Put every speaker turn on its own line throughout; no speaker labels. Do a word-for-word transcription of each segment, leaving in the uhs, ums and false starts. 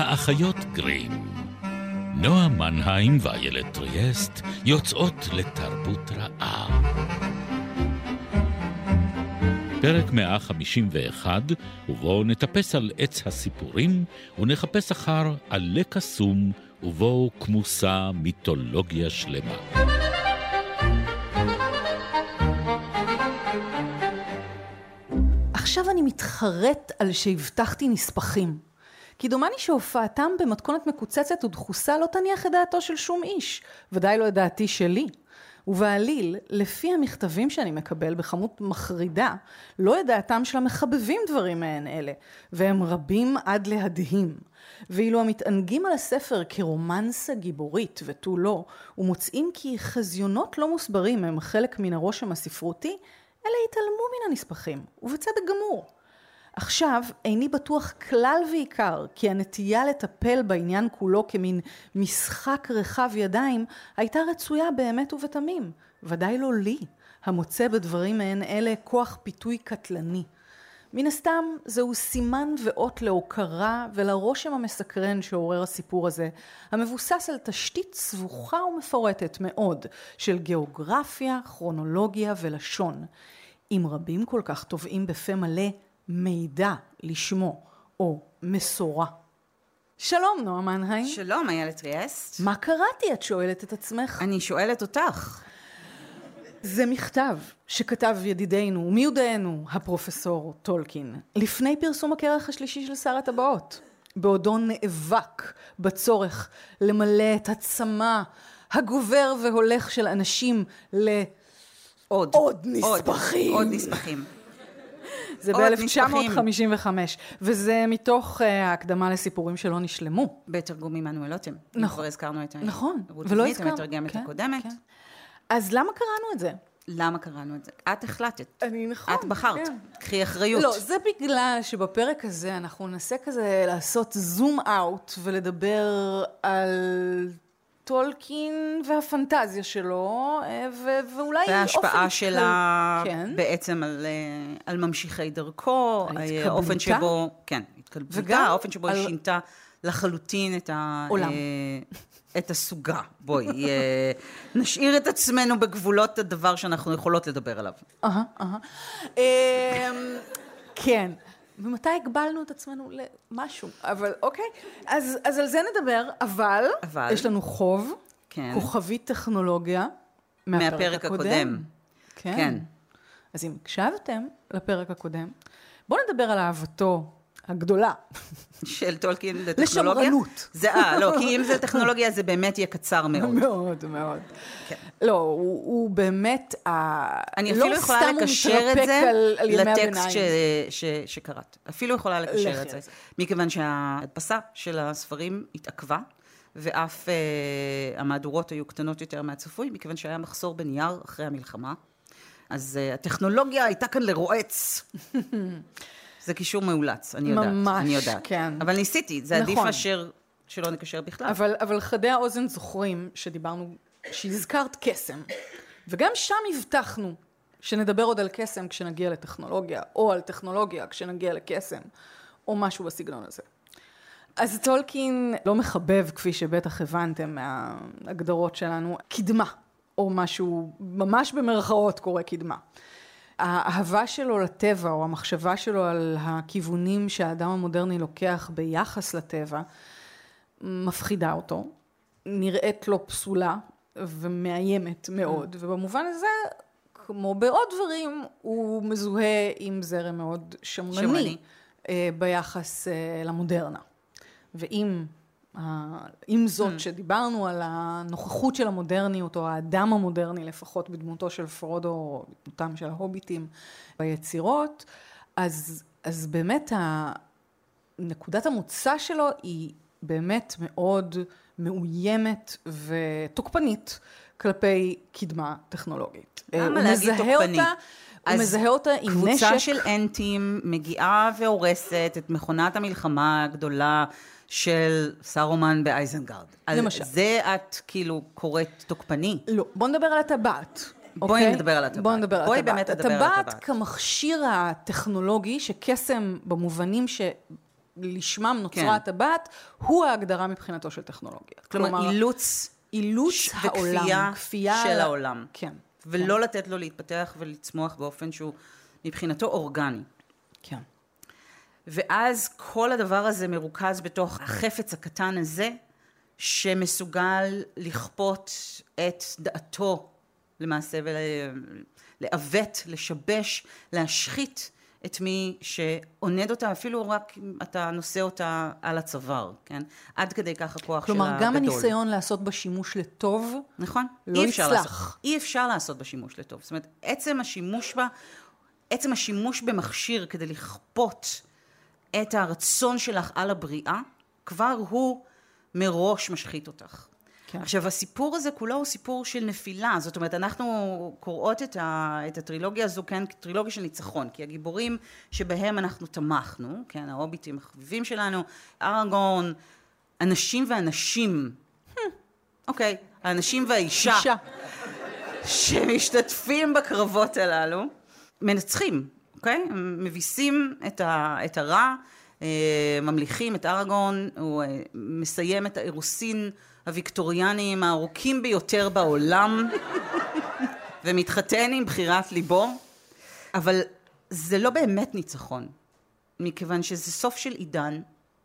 האחיות גרים. נועה מנהיים ואיילת טריאסט יוצאות לתרבות רעה. פרק מאה חמישים ואחת, ובו נטפס על עץ הסיפורים ונחפש אחר עלה קסום ובו כמוסה מיתולוגיה שלמה.
עכשיו אני מתחרט על שהבטחתי נספחים. כי דומני שהופעתם במתכונת מקוצצת ודחוסה לא תניח את דעתו של שום איש, ודאי לא את דעתי שלי. ובעליל, לפי המכתבים שאני מקבל בכמות מחרידה, לא את דעתם של המחבבים דברים מהן אלה, והם רבים עד להדהים. ואילו המתענגים על הספר כרומנסה גיבורית ותו לא, ומוצאים כי חזיונות לא מוסברים הם חלק מן הרושם הספרותי, אלה התעלמו מן הנספחים, ובצדק גמור. עכשיו איני בטוח כלל ועיקר כי הנטייה לטפל בעניין כולו כמין משחק רחב ידיים הייתה רצויה באמת ובתמים, ודאי לא לי, המוצא בדברים מהן אלה כוח פיתוי קטלני. מן הסתם זהו סימן ואות להוקרה ולרושם המסקרן שעורר הסיפור הזה, המבוסס על תשתית סבוכה ומפורטת מאוד של גיאוגרפיה, כרונולוגיה ולשון. אם רבים כל כך טובעים בפה מלא מידע לשמו או מסורה. שלום נועה מנהיים.
שלום איילת טריאסט.
מה קראתי את שואלת את עצמך?
אני שואלת אותך.
זה מכתב שכתב ידידנו ומיודענו הפרופסור טולקין לפני פרסום הכרך השלישי של שר הטבעות, בעודו נאבק בצורך למלא את הצמא הגובר והולך של אנשים לעוד עוד נספחים.
עוד, עוד נספחים.
זה ב-אלף תשע מאות חמישים וחמש, וזה מתוך ההקדמה לסיפורים שלא נשלמו.
בתרגום עמנואל לוטם.
נכון.
כבר הזכרנו את
נכון.
רות דנית, המתרגמת הקודמת.
אז למה קראנו את זה?
למה קראנו את זה? את החלטת.
אני נכון.
את בחרת. קחי אחריות.
לא, זה בגלל שבפרק הזה אנחנו ננסה כזה לעשות זום אאוט ולדבר על טולקין והפנטזיה שלו, ו- ואולי
וההשפעה שלה
כן.
בעצם על, על ממשיכי דרכו, האופן שבו, כן, התקלבותה, האופן שבו על... היא שינתה לחלוטין את ה...
עולם.
את הסוגה. בואי, נשאיר את עצמנו בגבולות הדבר שאנחנו יכולות לדבר עליו.
אהה, אהה. כן. ומתי הגבלנו את עצמנו למשהו? אבל אוקיי, אז, אז על זה נדבר, אבל, אבל יש לנו חוב,
כן.
כוכבית טכנולוגיה, מהפרק,
מהפרק
הקודם.
הקודם.
כן.
כן.
אז אם הקשבתם לפרק הקודם, בואו נדבר על אהבתו הגדולה.
של טולקין לטכנולוגיה?
לשמרנות.
זה, אה, לא, כי אם זה טכנולוגיה, זה באמת יהיה קצר מאוד.
מאוד, מאוד.
כן.
לא, הוא, הוא באמת,
אני
לא
אפילו יכולה לקשר את זה
על, על
לטקסט ש, ש, שקראת. אפילו יכולה לקשר את זה. מכיוון שההדפסה של הספרים התעכבה, ואף אה, המהדורות היו קטנות יותר מהצפוי, מכיוון שהיה מחסור בנייר אחרי המלחמה. אז אה, הטכנולוגיה הייתה כאן לרועץ. זה קישור מאולץ, אני יודעת.
ממש,
אני יודעת.
כן.
אבל ניסיתי, זה
נכון.
עדיף אשר שלא נקשר בכלל.
אבל, אבל חדי האוזן זוכרים שדיברנו, שהזכרת קסם. וגם שם הבטחנו שנדבר עוד על קסם כשנגיע לטכנולוגיה, או על טכנולוגיה כשנגיע לקסם, או משהו בסגנון הזה. אז טולקין לא מחבב, כפי שבטח הבנתם מההגדרות שלנו, קדמה, או משהו ממש במרכאות קורא קדמה. האהבה שלו לטבע, או המחשבה שלו על הכיוונים שהאדם המודרני לוקח ביחס לטבע, מפחידה אותו, נראית לו פסולה ומאיימת מאוד, ובמובן הזה, כמו בעוד דברים, הוא מזוהה עם זרם מאוד שמרני, שמרני. ביחס למודרנה. ואם עם זאת שדיברנו על הנוכחות של המודרניות, או האדם המודרני לפחות בדמותו של פרודו, או בדמותם של ההוביטים ביצירות, אז, אז באמת נקודת המוצא שלו היא באמת מאוד מאוימת ותוקפנית כלפי קדמה טכנולוגית.
למה להגיד תוקפנית?
אותה, הוא מזהה אותה עם נשק.
קבוצה של אנטים מגיעה והורסת את מכונת המלחמה הגדולה של סרומן באייזנגרד.
למשל.
זה את כאילו קוראת תוקפני?
לא, בוא נדבר על הטבעת.
בואי okay? נדבר על הטבעת.
בואי נדבר על
בואי
הטבעת.
באמת נדבר על הטבעת.
הטבעת כמכשיר הטכנולוגי, שקסם במובנים שלשמם נוצרה הטבעת, הוא ההגדרה מבחינתו של טכנולוגיה.
כלומר, אילוץ,
אילוץ העולם,
כפייה של העולם.
כן.
ולא לתת לו להתפתח ולצמוח באופן שהוא מבחינתו אורגני.
כן.
ואז כל הדבר הזה מרוכז בתוך החפץ הקטן הזה, שמסוגל לכפות את דעתו למעשה ולעוות, לשבש, להשחית את מי שעונד אותה, אפילו רק אם אתה נושא אותה על הצוואר, כן? עד כדי כך הכוח שלה גדול.
כלומר, גם הניסיון לעשות בשימוש לטוב,
נכון?
לא יצלח.
אי אפשר לעשות בשימוש לטוב. זאת אומרת, עצם השימוש בה, עצם השימוש במכשיר כדי לכפות את הרצון שלך על הבריאה, כבר הוא מראש משחית אותך. כן. עכשיו, הסיפור הזה כולו הוא סיפור של נפילה, זאת אומרת, אנחנו קוראות את, ה, את הטרילוגיה הזו, כן, טרילוגיה של ניצחון, כי הגיבורים שבהם אנחנו תמכנו, כן, ההוביטים החביבים שלנו, אראגורן, אנשים ואנשים, אוקיי, האנשים והאישה,
אישה.
שמשתתפים בקרבות הללו, מנצחים, אוקיי? מביסים את, ה, את הרע, ממליכים את אראגורן, הוא מסיים את האירוסין הוויקטוריאניים הארוכים ביותר בעולם, ומתחתן עם בחירת ליבו, אבל זה לא באמת ניצחון, מכיוון שזה סוף של עידן,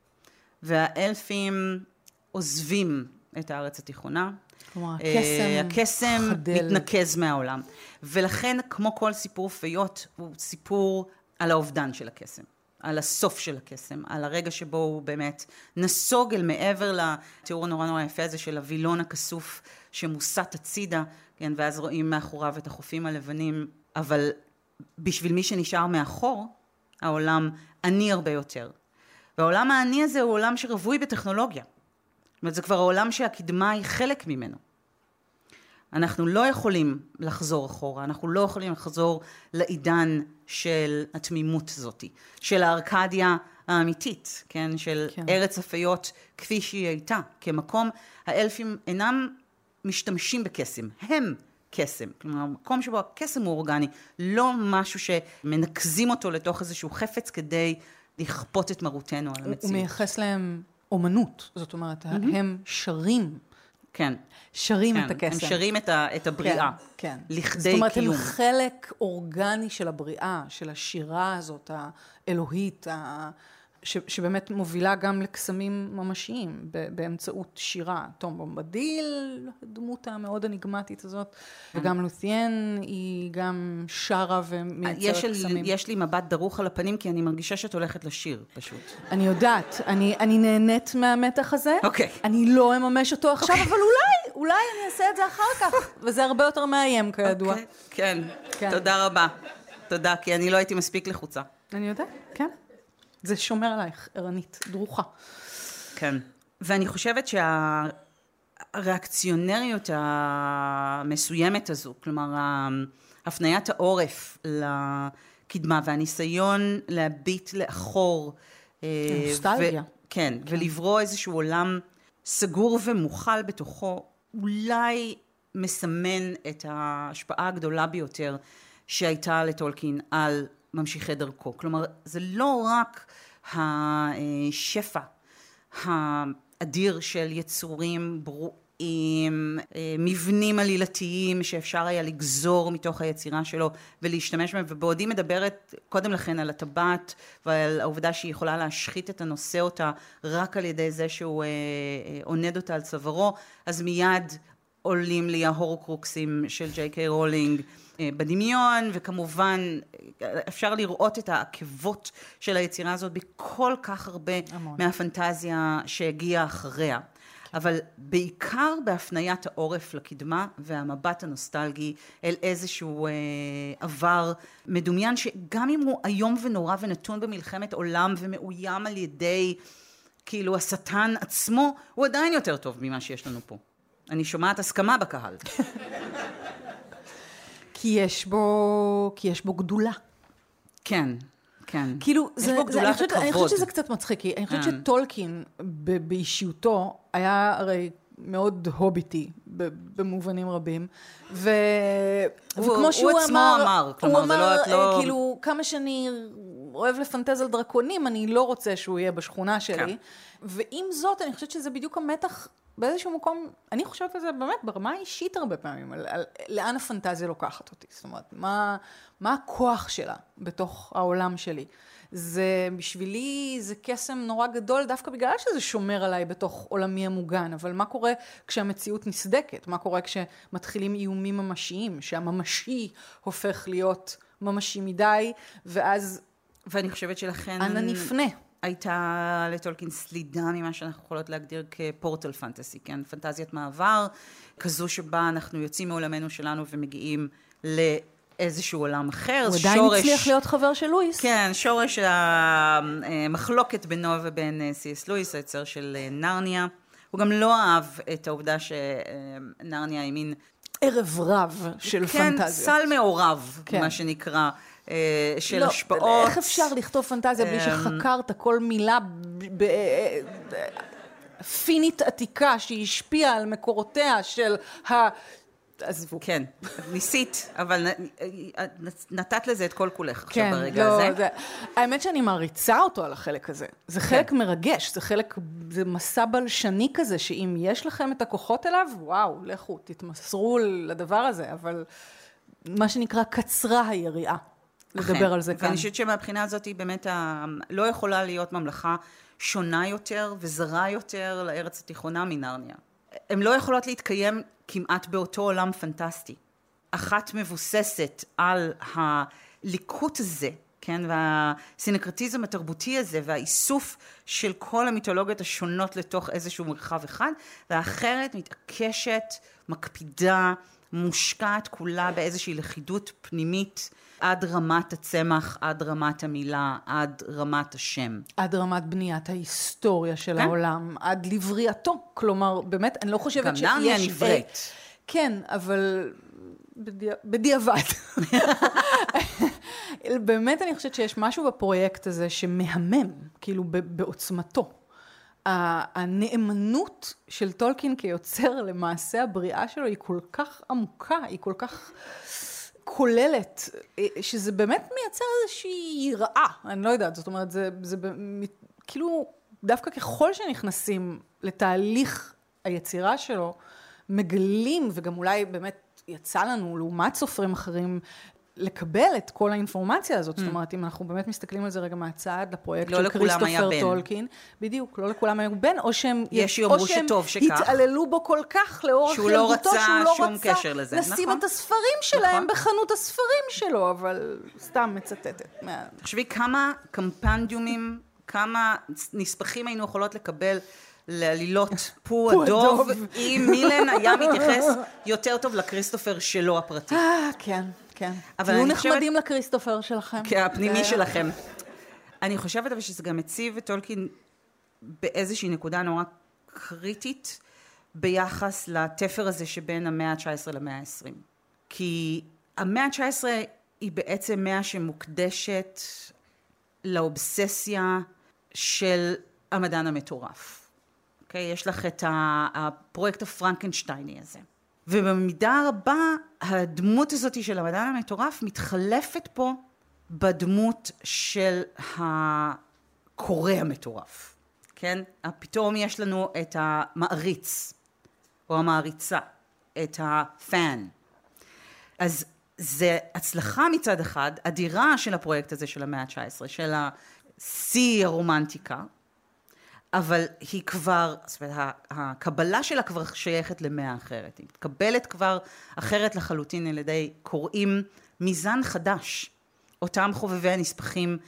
והאלפים עוזבים את הארץ התיכונה,
כלומר, הקסם,
הקסם מתנקז מהעולם, ולכן כמו כל סיפור פיות, הוא סיפור על האובדן של הקסם. על הסוף של הקסם, על הרגע שבו הוא באמת נסוג אל מעבר לתיאור הנורא נורא יפה הזה של הווילון הכסוף שמוסט הצידה, כן, ואז רואים מאחוריו את החופים הלבנים, אבל בשביל מי שנשאר מאחור, העולם עני הרבה יותר. והעולם העני הזה הוא עולם שרווי בטכנולוגיה. זאת אומרת, זה כבר העולם שהקדמה היא חלק ממנו. אנחנו לא יכולים לחזור אחורה, אנחנו לא יכולים לחזור לעידן של התמימות הזאת, של הארקדיה האמיתית, כן? של כן. ארץ הפיות כפי שהיא הייתה, כמקום, האלפים אינם משתמשים בקסם, הם קסם, כלומר, המקום שבו הקסם הוא אורגני, לא משהו שמנקזים אותו לתוך איזשהו חפץ כדי לכפות את מרותנו על המציאות.
הוא מייחס להם אומנות, זאת אומרת, mm-hmm. הם שרים,
כן.
שרים
כן.
את הקסם.
הם שרים את, ה, את הבריאה.
כן, כן.
לכדי
זאת אומרת,
קיום.
הם חלק אורגני של הבריאה, של השירה הזאת, האלוהית, ה... ש, שבאמת מובילה גם לקסמים ממשיים, באמצעות שירה. תום בומבדיל, הדמות המאוד אניגמטית הזאת, וגם לות'יין, היא גם שרה ומייצרת קסמים.
יש לי מבט דרוך על הפנים, כי אני מרגישה שאת הולכת לשיר, פשוט.
אני יודעת, אני, אני נהנית מהמתח הזה.
אוקיי.
אני לא אממש אותו עכשיו, אבל אולי, אולי אני אעשה את זה אחר כך, וזה הרבה יותר מאיים, כידוע.
אוקיי, כן. כן. תודה רבה. תודה, כי אני לא הייתי מספיק לחוצה.
אני יודעת, כן. זה שומר עלייך, ערנית, דרוכה. כן.
ואני חושבת שהריאקציונריות המסוימת הזו, כלומר, הפניית העורף לקדמה והניסיון להביט לאחור.
נוסטלגיה.
כן, ולברוא איזשהו עולם סגור ומוכל בתוכו, אולי מסמן את ההשפעה הגדולה ביותר שהייתה לטולקין על ממשיכי דרכו. כלומר, זה לא רק השפע האדיר של יצורים ברואים, מבנים עלילתיים שאפשר היה לגזור מתוך היצירה שלו ולהשתמש בהם, ובעודי מדברת קודם לכן על הטבעת ועל העובדה שהיא יכולה להשחית את הנושא אותה רק על ידי זה שהוא עונד אותה על צווארו, אז מיד עולים לי ההורוקרוקסים של ג'יי קיי רולינג בדמיון, וכמובן אפשר לראות את העקבות של היצירה הזאת בכל כך הרבה המון. מהפנטזיה שהגיעה אחריה. אבל בעיקר בהפניית העורף לקדמה והמבט הנוסטלגי אל איזשהו אה, עבר מדומיין, שגם אם הוא היום ונורא ונתון במלחמת עולם ומאוים על ידי כאילו השטן עצמו, הוא עדיין יותר טוב ממה שיש לנו פה. אני שומעת הסכמה בקהל.
כי יש בו, כי יש בו גדולה.
כן, כן.
כאילו,
יש
זה,
בו גדולה
זה,
וכבוד.
אני חושבת שזה קצת מצחיק, כי אני חושבת כן. שטולקין ב, באישיותו היה הרי מאוד הוביטי במובנים רבים, ו...
הוא,
וכמו שהוא
הוא עצמו
אמר,
אמר, כלומר,
הוא
זה
אמר,
לא, את לא...
כאילו, כמה שאני אוהב לפנטז על דרקונים, אני לא רוצה שהוא יהיה בשכונה שלי. כן. ועם זאת, אני חושבת שזה בדיוק המתח באיזשהו מקום, אני חושבת על זה באמת ברמה האישית הרבה פעמים, על, על, לאן הפנטזיה לוקחת אותי. זאת אומרת, מה, מה הכוח שלה בתוך העולם שלי. זה בשבילי, זה קסם נורא גדול, דווקא בגלל שזה שומר עליי בתוך עולמי המוגן, אבל מה קורה כשהמציאות נסדקת? מה קורה כשמתחילים איומים ממשיים, שהממשי הופך להיות ממשי מדי, ואז...
ואני חושבת שלכן...
אנה נפנה.
הייתה לטולקין סלידה ממה שאנחנו יכולות להגדיר כפורטל פנטסי, כן? פנטזיית מעבר, כזו שבה אנחנו יוצאים מעולמנו שלנו ומגיעים לאיזשהו עולם אחר.
הוא עדיין שורש, הצליח להיות חבר של לואיס.
כן, שורש המחלוקת בינו ובין סי אס לואיס, היצר של נרניה. הוא גם לא אהב את העובדה שנרניה היא מין...
ערב רב של
כן,
פנטזיות.
כן, סל מעורב, כן. מה שנקרא. של
לא,
השפעות.
איך אפשר לכתוב פנטזיה בלי שחקרת כל מילה פינית עתיקה שהשפיעה על מקורותיה של ה... עזבו.
כן, ניסית, אבל נתת לזה את כל כולך עכשיו
כן,
ברגע
לא,
הזה.
זה, האמת שאני מעריצה אותו על החלק הזה. זה חלק כן. מרגש, זה חלק, זה מסע בלשני כזה, שאם יש לכם את הכוחות אליו, וואו, לכו, תתמסרו לדבר הזה, אבל מה שנקרא קצרה היריעה. לדבר על זה כאן.
ואני חושבת שמהבחינה הזאת היא באמת לא יכולה להיות ממלכה שונה יותר וזרה יותר לארץ התיכונה מנרניה. הן לא יכולות להתקיים כמעט באותו עולם פנטסטי. אחת מבוססת על הליקוט הזה, כן, והסינקרטיזם התרבותי הזה, והאיסוף של כל המיתולוגיות השונות לתוך איזשהו מרחב אחד, והאחרת מתעקשת, מקפידה, מושקעת כולה באיזושהי לכידות פנימית, עד רמת הצמח, עד רמת המילה, עד רמת השם.
עד רמת בניית ההיסטוריה של כן? העולם, עד לבריאתו. כלומר, באמת, אני לא חושבת שיש...
גם נרניה נבראת.
כן, אבל בדי... בדיעבד. באמת אני חושבת שיש משהו בפרויקט הזה שמהמם, כאילו בעוצמתו. הנאמנות של טולקין כיוצר למעשה הבריאה שלו היא כל כך עמוקה, היא כל כך כוללת, שזה באמת מייצר איזושהי יראה, אני לא יודעת, זאת אומרת, זה, זה כאילו דווקא ככל שנכנסים לתהליך היצירה שלו, מגלים, וגם אולי באמת יצא לנו לעומת סופרים אחרים, לקבל את כל האינפורמציה הזאת, זאת אומרת, אם אנחנו באמת מסתכלים על זה רגע מהצד, לפרויקט של כריסטופר טולקין, בדיוק, לא לכולם היה בן, או שהם התעללו בו כל כך לאורך ילדותו, שהוא לא רצה לשים את הספרים שלהם בחנות הספרים שלו, אבל סתם מצטטת.
תחשבי כמה קמפנדיומים, כמה נספחים היינו יכולות לקבל לעלילות פו הדוב, אם מילן היה מתייחס יותר טוב לקריסטופר שלו הפרטי.
אה, כן. כן. תהיו נחמדים לקריסטופר שלכם.
הפנימי שלכם. אני חושבת אבל שזה גם מציב את טולקין באיזושהי נקודה נורא קריטית ביחס לתפר הזה שבין המאה ה-תשע עשרה למאה ה-עשרים. כי המאה ה-תשע עשרה היא בעצם מאה שמוקדשת לאובססיה של המדען המטורף. אוקיי? יש לך את הפרויקט הפרנקנשטייני הזה. ובמידה רבה, הדמות הזאת של המדען המטורף מתחלפת פה בדמות של הקורא המטורף. כן? פתאום יש לנו את המעריץ, או המעריצה, את הפן. אז זה הצלחה מצד אחד, אדירה של הפרויקט הזה של המאה ה-תשע עשרה, של השיא הרומנטיקה, אבל היא כבר, זאת אומרת, הקבלה שלה כבר שייכת למאה אחרת. היא מתקבלת כבר אחרת לחלוטין על ידי קוראים מזן חדש, אותם חובבי הנספחים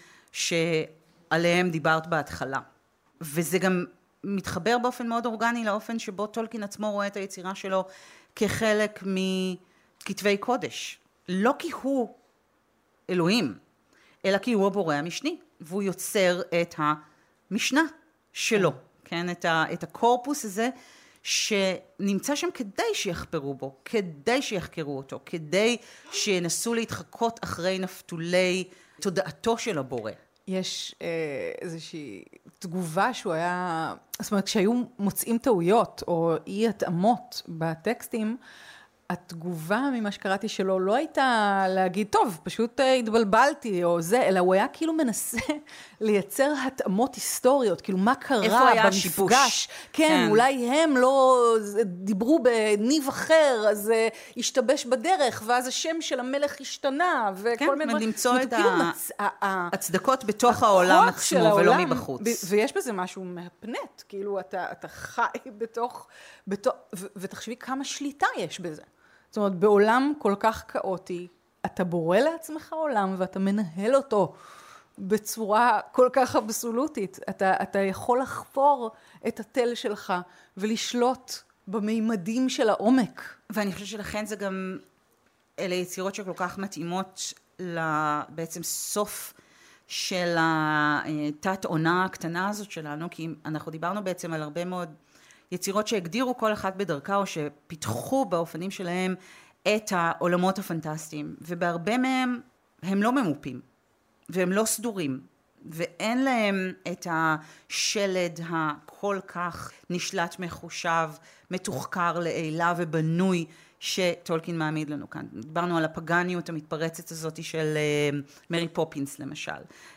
שעליהם דיברת בהתחלה. וזה גם מתחבר באופן מאוד אורגני לאופן שבו טולקין עצמו רואה את היצירה שלו כחלק מכתבי קודש. לא כי הוא אלוהים, אלא כי הוא הבורא המשני, והוא יוצר את המשנה. שלו, כן, את, ה, את הקורפוס הזה שנמצא שם כדי שיחפרו בו, כדי שיחקרו אותו, כדי שינסו להתחקות אחרי נפתולי תודעתו של הבורא.
יש אה, איזושהי תגובה שהוא היה, זאת אומרת, כשהיו מוצאים טעויות או אי התאמות בטקסטים, התגובה ממה שקראתי שלו לא הייתה להגיד, טוב, פשוט התבלבלתי או זה, אלא הוא היה כאילו מנסה לייצר התאמות היסטוריות, כאילו מה קרה במפגש. כן, כן, אולי הם לא דיברו בניב אחר, אז השתבש בדרך, ואז השם של המלך השתנה, וכל
כן,
מיני...
כן, למצוא את ההצדקות בתוך העולם עצמו, ולא מבחוץ.
ויש בזה משהו מהפנט, כאילו אתה, אתה חי בתוך, בתוך ו, ותחשבי כמה שליטה יש בזה. זאת אומרת, בעולם כל כך כאוטי, אתה בורא לעצמך עולם, ואתה מנהל אותו בצורה כל כך אבסולוטית. אתה, אתה יכול לחפור את התל שלך, ולשלוט במימדים של העומק.
ואני חושבת שלכן זה גם, אלה יצירות שכל כך מתאימות בעצם סוף של התת עונה הקטנה הזאת שלנו, כי אנחנו דיברנו בעצם על הרבה מאוד יצירות שהגדירו כל אחת בדרכה, או שפיתחו באופנים שלהם את העולמות הפנטסטיים, ובהרבה מהם הם לא ממופים, והם לא סדורים, ואין להם את השלד הכל כך נשלט מחושב, מתוחקר לעילה ובנוי, שטולקין מעמיד לנו כאן. דיברנו על הפגניות המתפרצת הזאת של מרי פופינס למשל.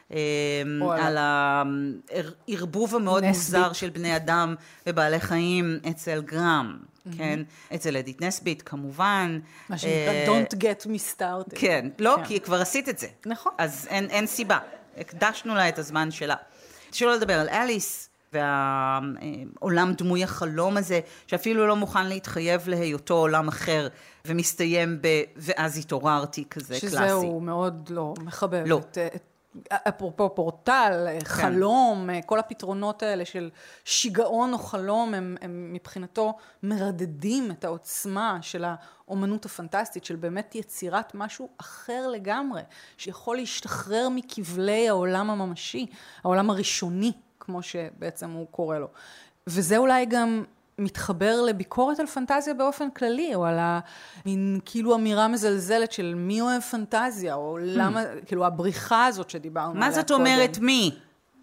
על הערבוב המאוד מוזר של בני אדם ובעלי חיים אצל גרם. כן, אצל אדית נסבית כמובן.
מה שנקרא don't get me started.
כן, לא, כי כבר עשית את זה.
נכון.
אז אין סיבה. הקדשנו לה את הזמן שלה. שלא לדבר על אליס, והעולם דמוי החלום הזה, שאפילו לא מוכן להתחייב להיותו עולם אחר, ומסתיים ב... ואז התעוררתי כזה קלאסי.
שזהו מאוד לא מחבב.
לא.
את, את, אפרופו פורטל, כן. חלום, כל הפתרונות האלה של שיגעון או חלום, הם, הם מבחינתו מרדדים את העוצמה של האומנות הפנטסטית, של באמת יצירת משהו אחר לגמרי, שיכול להשתחרר מכבלי העולם הממשי, העולם הראשוני, כמו שבעצם הוא קורא לו. וזה אולי גם מתחבר לביקורת על פנטזיה באופן כללי, או על המין כאילו אמירה מזלזלת של מי אוהב פנטזיה, או למה, כאילו הבריחה הזאת שדיברנו עליה קודם.
מה זאת אומרת מי?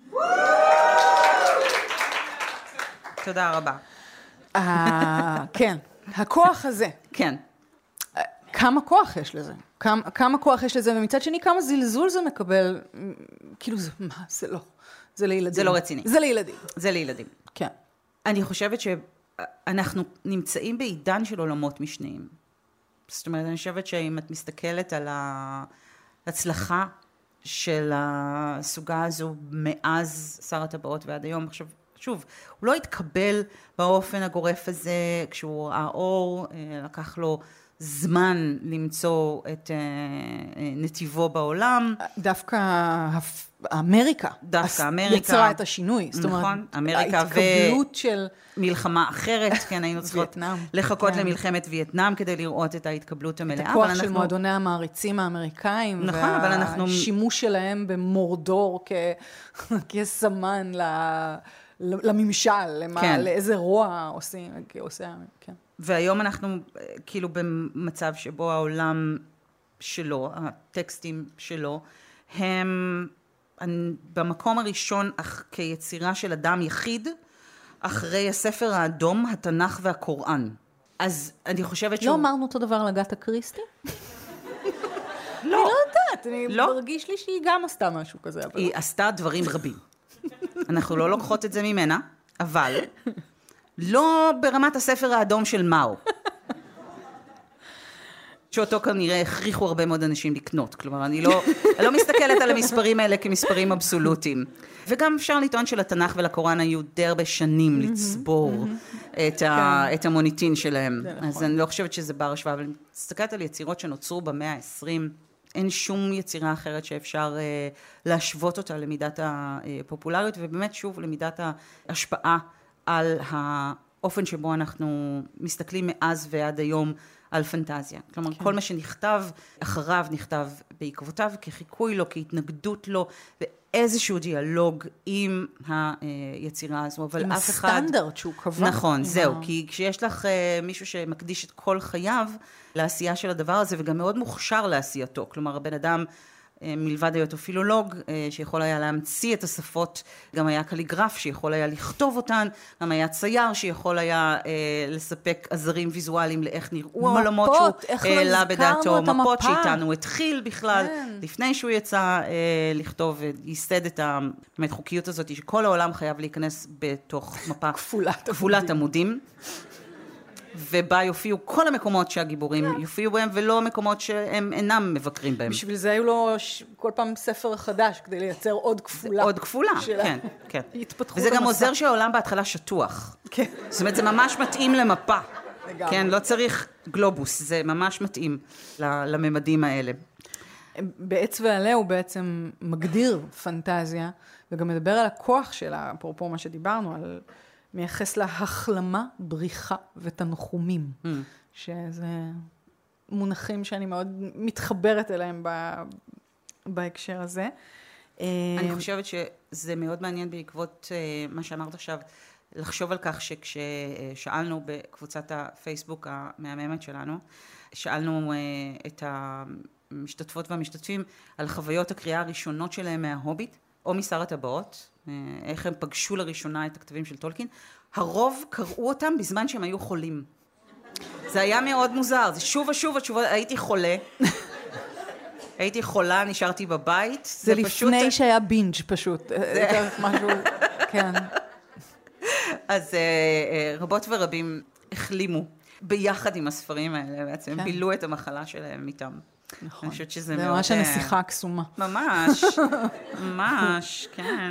תודה רבה.
כן, הכוח הזה.
כן.
כמה כוח יש לזה? כמה, כמה כוח יש לזה, ומצד שני כמה זלזול זה מקבל, כאילו זה, מה, זה לא. זה לילדים.
זה לא רציני.
זה לילדים.
זה לילדים.
כן.
אני חושבת שאנחנו נמצאים בעידן של עולמות משניים. זאת אומרת, אני חושבת שאם את מסתכלת על ההצלחה של הסוגה הזו מאז שר הטבעות ועד היום, עכשיו, שוב, הוא לא התקבל באופן הגורף הזה, כשהוא האור, לקח לו זמן למצוא את נתיבו בעולם.
דווקא אמריקה.
דווקא אמריקה.
יצרה את השינוי.
נכון, אמריקה
ההתקבלות של...
מלחמה אחרת, כן, היינו צריכות לחכות למלחמת וייטנאם כדי לראות את ההתקבלות המלאה.
את הכוח של מועדוני המעריצים האמריקאים.
נכון, אבל אנחנו...
והשימוש שלהם במורדור כסמן לממשל, לאיזה רוע עושים, עושה, כן.
והיום אנחנו כאילו במצב שבו העולם שלו, הטקסטים שלו, הם במקום הראשון כיצירה של אדם יחיד, אחרי הספר האדום, התנ"ך והקוראן. אז אני חושבת שהוא...
לא אמרנו אותו דבר על אגתה קריסטי?
לא.
אני לא יודעת, אני מרגיש לי שהיא גם עשתה משהו כזה.
היא עשתה דברים רבים. אנחנו לא לוקחות את זה ממנה, אבל... לא ברמת הספר האדום של מאו. שאותו כנראה הכריחו הרבה מאוד אנשים לקנות. כלומר, אני לא, אני לא מסתכלת על המספרים האלה כמספרים אבסולוטיים. וגם אפשר לטעון שלתנ"ך ולקוראן היו די הרבה שנים לצבור את, ה, את המוניטין שלהם. אז אני לא חושבת שזה בר השוואה, אבל אני מסתכלת על יצירות שנוצרו במאה ה-עשרים, אין שום יצירה אחרת שאפשר להשוות אותה למידת הפופולריות, ובאמת שוב למידת ההשפעה על האופן שבו אנחנו מסתכלים מאז ועד היום על פנטזיה. כלומר, כן. כל מה שנכתב אחריו נכתב בעקבותיו, כחיקוי לו, כהתנגדות לו, ואיזשהו דיאלוג עם היצירה הזו, אבל
עם
אף אחד...
עם הסטנדרט שהוא קבע.
נכון, זהו, ה... כי כשיש לך מישהו שמקדיש את כל חייו לעשייה של הדבר הזה, וגם מאוד מוכשר לעשייתו, כלומר, הבן אדם מלבד היותו פילולוג, שיכול היה להמציא את השפות, גם היה קליגרף שיכול היה לכתוב אותן, גם היה צייר שיכול היה לספק עזרים ויזואליים לאיך נראו העולמות שהוא העלה בדעתו, מפות שאיתנו הוא התחיל בכלל, לפני שהוא יצא לכתוב וייסד את באמת חוקיות הזאת, שכל העולם חייב להיכנס בתוך מפה כפולת עמודים. ובה יופיעו כל המקומות שהגיבורים יופיעו בהם, ולא מקומות שהם אינם מבקרים בהם.
בשביל זה היו לו כל פעם ספר חדש, כדי לייצר עוד כפולה.
עוד כפולה, כן, כן. וזה גם עוזר שהעולם בהתחלה שטוח. כן. זאת אומרת, זה ממש מתאים למפה. כן, לא צריך גלובוס, זה ממש מתאים לממדים האלה.
בעץ ועלה הוא בעצם מגדיר פנטזיה, וגם מדבר על הכוח שלה, אפרופו מה שדיברנו, על... מייחס לה החלמה, בריחה ותנחומים, mm. שזה מונחים שאני מאוד מתחברת אליהם ב... בהקשר הזה.
אני חושבת שזה מאוד מעניין בעקבות מה שאמרת עכשיו, לחשוב על כך שכששאלנו בקבוצת הפייסבוק המהממת שלנו, שאלנו את המשתתפות והמשתתפים על חוויות הקריאה הראשונות שלהם מההוביט, או משר הטבעות, איך הם פגשו לראשונה את הכתבים של טולקין, הרוב קראו אותם בזמן שהם היו חולים. זה היה מאוד מוזר, זה שוב ושוב ושוב, הייתי חולה, הייתי חולה, נשארתי בבית.
זה, זה לפני פשוט... שהיה בינג' פשוט, זה משהו, כן.
אז רבות ורבים החלימו ביחד עם הספרים האלה, בעצם כן. בילו את המחלה שלהם איתם.
נכון.
אני חושבת שזה
זה
מאוד...
ממש הנסיכה הקסומה.
ממש, ממש, כן.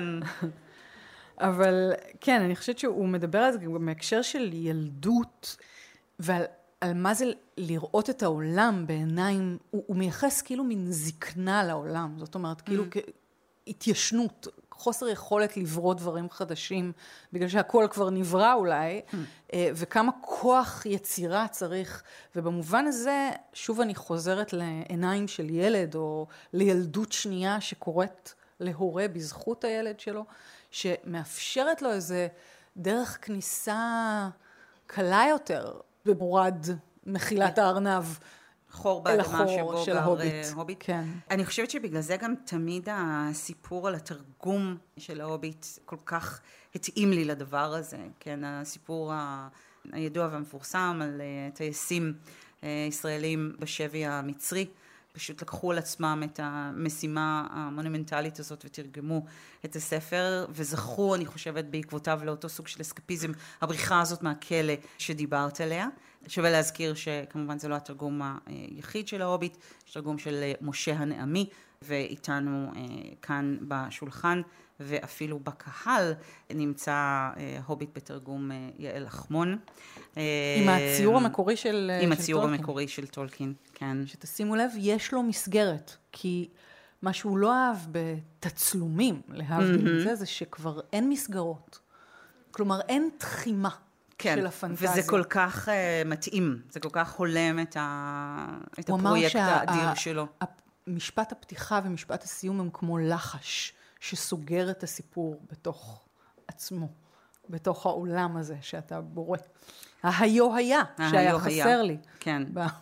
אבל כן, אני חושבת שהוא מדבר על זה גם בהקשר של ילדות, ועל על מה זה לראות את העולם בעיניים, הוא, הוא מייחס כאילו מין זקנה לעולם, זאת אומרת, כאילו mm. כהתיישנות, חוסר יכולת לברוא דברים חדשים, בגלל שהכל כבר נברא אולי, mm. וכמה כוח יצירה צריך, ובמובן הזה, שוב אני חוזרת לעיניים של ילד, או לילדות שנייה שקורית להורה בזכות הילד שלו, שמאפשרת לו איזה דרך כניסה קלה יותר, במורד מחילת הארנב,
חור באדמה שבו
של
גר
הוביט.
הוביט.
כן.
אני חושבת שבגלל זה גם תמיד הסיפור על התרגום של ההוביט כל כך התאים לי לדבר הזה. כן, הסיפור הידוע והמפורסם על טייסים ישראלים בשבי המצרי, פשוט לקחו על עצמם את המשימה המונומנטלית הזאת ותרגמו את הספר, וזכו, אני חושבת, בעקבותיו לאותו סוג של אסקפיזם, הבריחה הזאת מהכלא שדיברת עליה. שווה להזכיר שכמובן זה לא התרגום היחיד של ההוביט, יש תרגום של משה הנעמי, ואיתנו כאן בשולחן, ואפילו בקהל נמצא הוביט בתרגום יעל לחמון.
עם הציור המקורי של טולקין.
עם הציור המקורי של טולקין, כן.
שתשימו לב, יש לו מסגרת, כי מה שהוא לא אהב בתצלומים, להבדיל מזה, זה שכבר אין מסגרות. כלומר, אין תחימה.
כן,
של הפנטזיה.
וזה כל כך uh, מתאים, זה כל כך הולם את, ה... את הפרויקט האדיר שלו.
משפט הפתיחה ומשפט הסיום הם כמו לחש שסוגר את הסיפור בתוך עצמו, בתוך העולם הזה שאתה בורא. ההיו היה, שהיה חסר לי.
כן.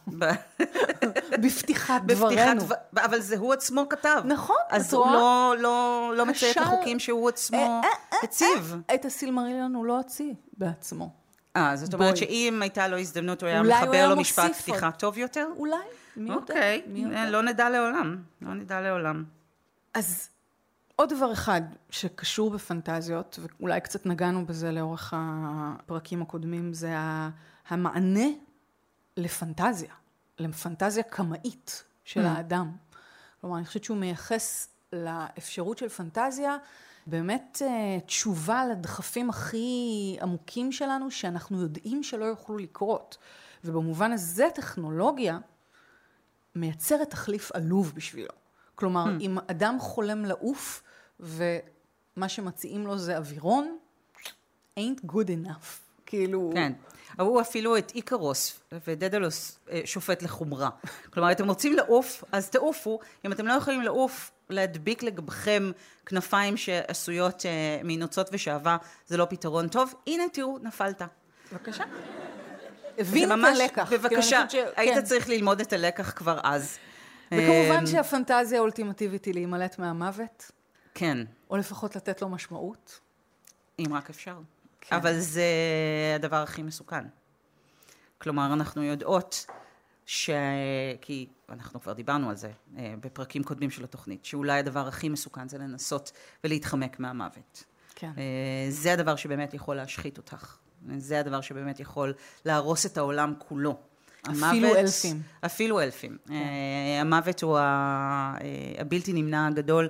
בפתיחת דברנו.
אבל זה הוא עצמו כתב.
נכון.
אז הוא לא, לא, לא מציע את החוקים שהוא עצמו הציב.
את הסילמריליון הוא לא הוציא בעצמו.
אה, זאת אומרת שאם הייתה לו הזדמנות, הוא היה מחבר לו משפט פתיחה טוב יותר?
אולי, מי יודע.
אוקיי, לא נדע לעולם. לא נדע לעולם.
אז עוד דבר אחד שקשור בפנטזיות, ואולי קצת נגענו בזה לאורך הפרקים הקודמים, זה המענה לפנטזיה, לפנטזיה קמאית של האדם. כלומר, אני חושבת שהוא מייחס לאפשרות של פנטזיה, באמת תשובה לדחפים הכי עמוקים שלנו, שאנחנו יודעים שלא יוכלו לקרות. ובמובן הזה טכנולוגיה מייצרת תחליף עלוב בשבילו. כלומר, hmm. אם אדם חולם לעוף, ומה שמציעים לו זה אווירון, ain't good enough. כאילו...
כן. אבל הוא אפילו את איקרוס ודדלוס שופט לחומרה. כלומר, אתם רוצים לעוף, אז תעופו. אם אתם לא יכולים לעוף, להדביק לגבכם כנפיים שעשויות מנוצות ושעבה, זה לא פתרון טוב. הנה, תראו, נפלת.
בבקשה. הבין את הלקח.
בבקשה, היית צריך ללמוד את הלקח כבר אז.
וכמובן שהפנטזיה האולטימטיבית היא להימלט מהמוות.
כן.
או לפחות לתת לו משמעות.
אם רק אפשר. כן. אבל זה הדבר הכי מסוכן. כלומר, אנחנו יודעות ש... כי אנחנו כבר דיברנו על זה בפרקים קודמים של התוכנית, שאולי הדבר הכי מסוכן זה לנסות ולהתחמק מהמוות.
כן.
זה הדבר שבאמת יכול להשחית אותך. זה הדבר שבאמת יכול להרוס את העולם כולו.
אפילו
המוות,
אלפים.
אפילו אלפים. כן. המוות הוא הבלתי נמנע הגדול,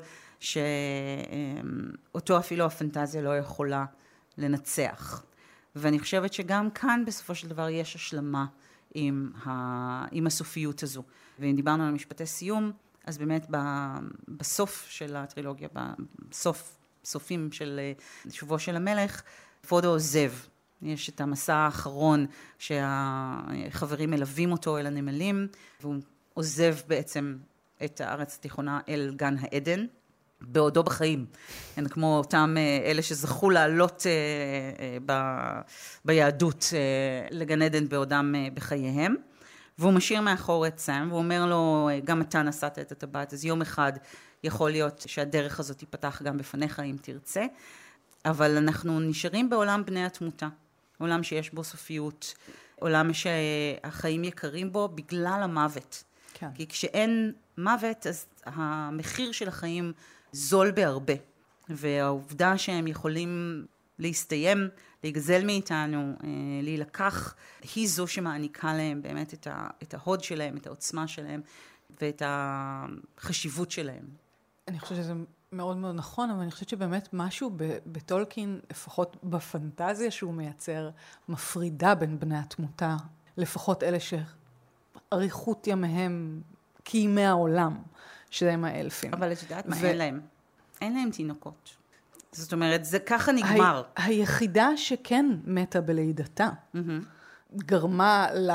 שאותו אפילו הפנטזיה לא יכולה לנצח. ואני חושבת שגם כאן בסופו של דבר יש השלמה עם, ה... עם הסופיות הזו. ואם דיברנו על משפטי סיום, אז באמת בסוף של הטרילוגיה, בסוף, סופים של שובו של המלך, פרודו עוזב. יש את המסע האחרון שהחברים מלווים אותו אל הנמלים, והוא עוזב בעצם את הארץ התיכונה אל גן העדן, בעודו בחיים. הם כמו אותם אלה שזכו לעלות ב... ביהדות לגן עדן בעודם בחייהם. והוא משאיר מאחור את סם, והוא אומר לו, גם אתה נסעת את הטבעת, אז יום אחד יכול להיות שהדרך הזאת תיפתח גם בפניך אם תרצה, אבל אנחנו נשארים בעולם בני התמותה, עולם שיש בו סופיות, עולם שהחיים יקרים בו בגלל המוות. כן. כי כשאין מוות, אז המחיר של החיים זול בהרבה, והעובדה שהם יכולים להסתיים, להיגזל מאיתנו, להילקח, היא זו שמעניקה להם באמת את, ה, את ההוד שלהם, את העוצמה שלהם, ואת החשיבות שלהם.
אני חושבת שזה מאוד מאוד נכון, אבל אני חושבת שבאמת משהו בטולקין, לפחות בפנטזיה שהוא מייצר, מפרידה בין בני התמותה, לפחות אלה שאריכות ימיהם כימי העולם, שהם האלפים.
אבל את יודעת מה, ו... אין להם. אין להם תינוקות. זאת אומרת, זה ככה נגמר.
ה... היחידה שכן מתה בלידתה, mm-hmm. גרמה ל...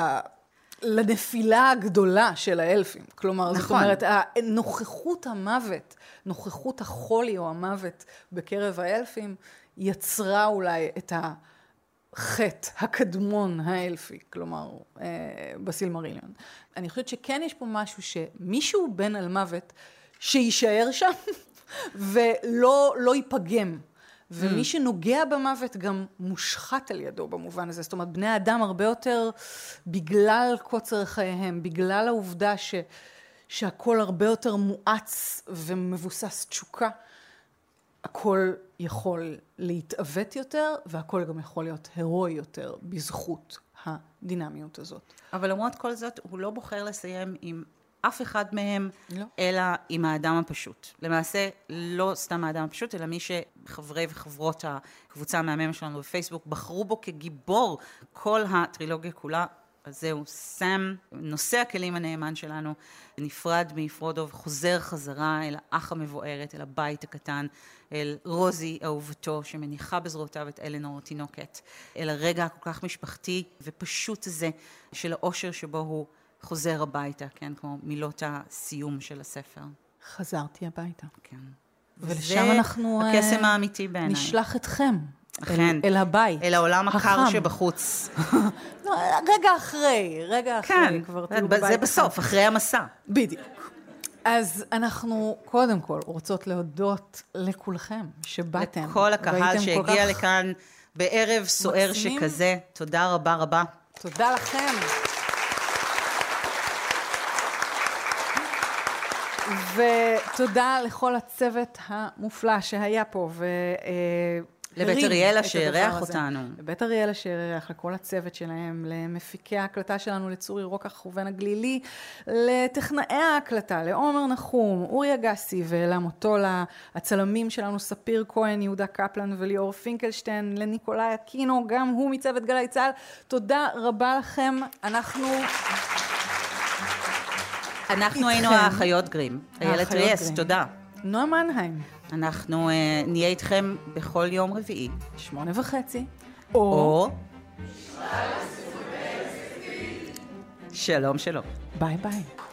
לנפילה הגדולה של האלפים. כלומר, נכון. זאת אומרת, נוכחות המוות, נוכחות החולי או המוות בקרב האלפים, יצרה אולי את החטא הקדמון האלפי, כלומר, בסילמריליון. אני חושבת שכן יש פה משהו שמישהו בן על מוות, שישאר שם, ולא לא ייפגם. ומי שנוגע במוות גם מושחת על ידו במובן הזה. זאת אומרת, בני האדם הרבה יותר, בגלל קוצר חייהם, בגלל העובדה ש, שהכל הרבה יותר מואץ ומבוסס תשוקה, הכל יכול להתעוות יותר, והכל גם יכול להיות הרואי יותר בזכות הדינמיות הזאת.
אבל למרות כל זאת, הוא לא בוחר לסיים עם אף אחד מהם, לא. אלא עם האדם הפשוט. למעשה, לא סתם האדם הפשוט, אלא מי שחברי וחברות הקבוצה המהממת שלנו בפייסבוק, בחרו בו כגיבור כל הטרילוגיה כולה. אז זהו, סם, נושא הכלים הנאמן שלנו, נפרד מפרודו וחוזר חזרה אל האח המבוארת, אל הבית הקטן, אל רוזי אהובתו, שמניחה בזרועותיו את אלנור התינוקת, אל הרגע הכל כך משפחתי ופשוט הזה של האושר שבו הוא חוזר הביתה, כן, כמו מילות הסיום של הספר.
חזרתי הביתה.
כן.
ולשם אנחנו
הקסם האמיתי בעיניי.
נשלח אתכם.
אכן.
אל, אל הבית.
אל העולם הקר שבחוץ.
לא, רגע אחרי, רגע אחרי.
כן, כבר זה בסוף, אחרי המסע.
בדיוק. אז אנחנו קודם כל רוצות להודות לכולכם שבאתם.
לכל הקהל שהגיע לכאן בערב סוער שכזה. תודה רבה רבה.
תודה לכם. ותודה לכל הצוות המופלא שהיה פה, ו...
לבית אריאלה שאירח אותנו.
לבית אריאלה שאירח, לכל הצוות שלהם, למפיקי ההקלטה שלנו, לצורי רוקח ובן הגלילי, לטכנאי ההקלטה, לעומר נחום, אורי אגסי ואלה מוטולה, הצלמים שלנו ספיר כהן, יהודה קפלן וליאור פינקלשטיין, לניקולאי אקינו, גם הוא מצוות גלי צה"ל. תודה רבה לכם. אנחנו...
אנחנו היינו האחיות גרים. איילת ריאס, תודה.
נועה מנהיים.
אנחנו uh, נהיה איתכם בכל יום רביעי.
שמונה וחצי.
או... או... שלום שלום.
ביי ביי.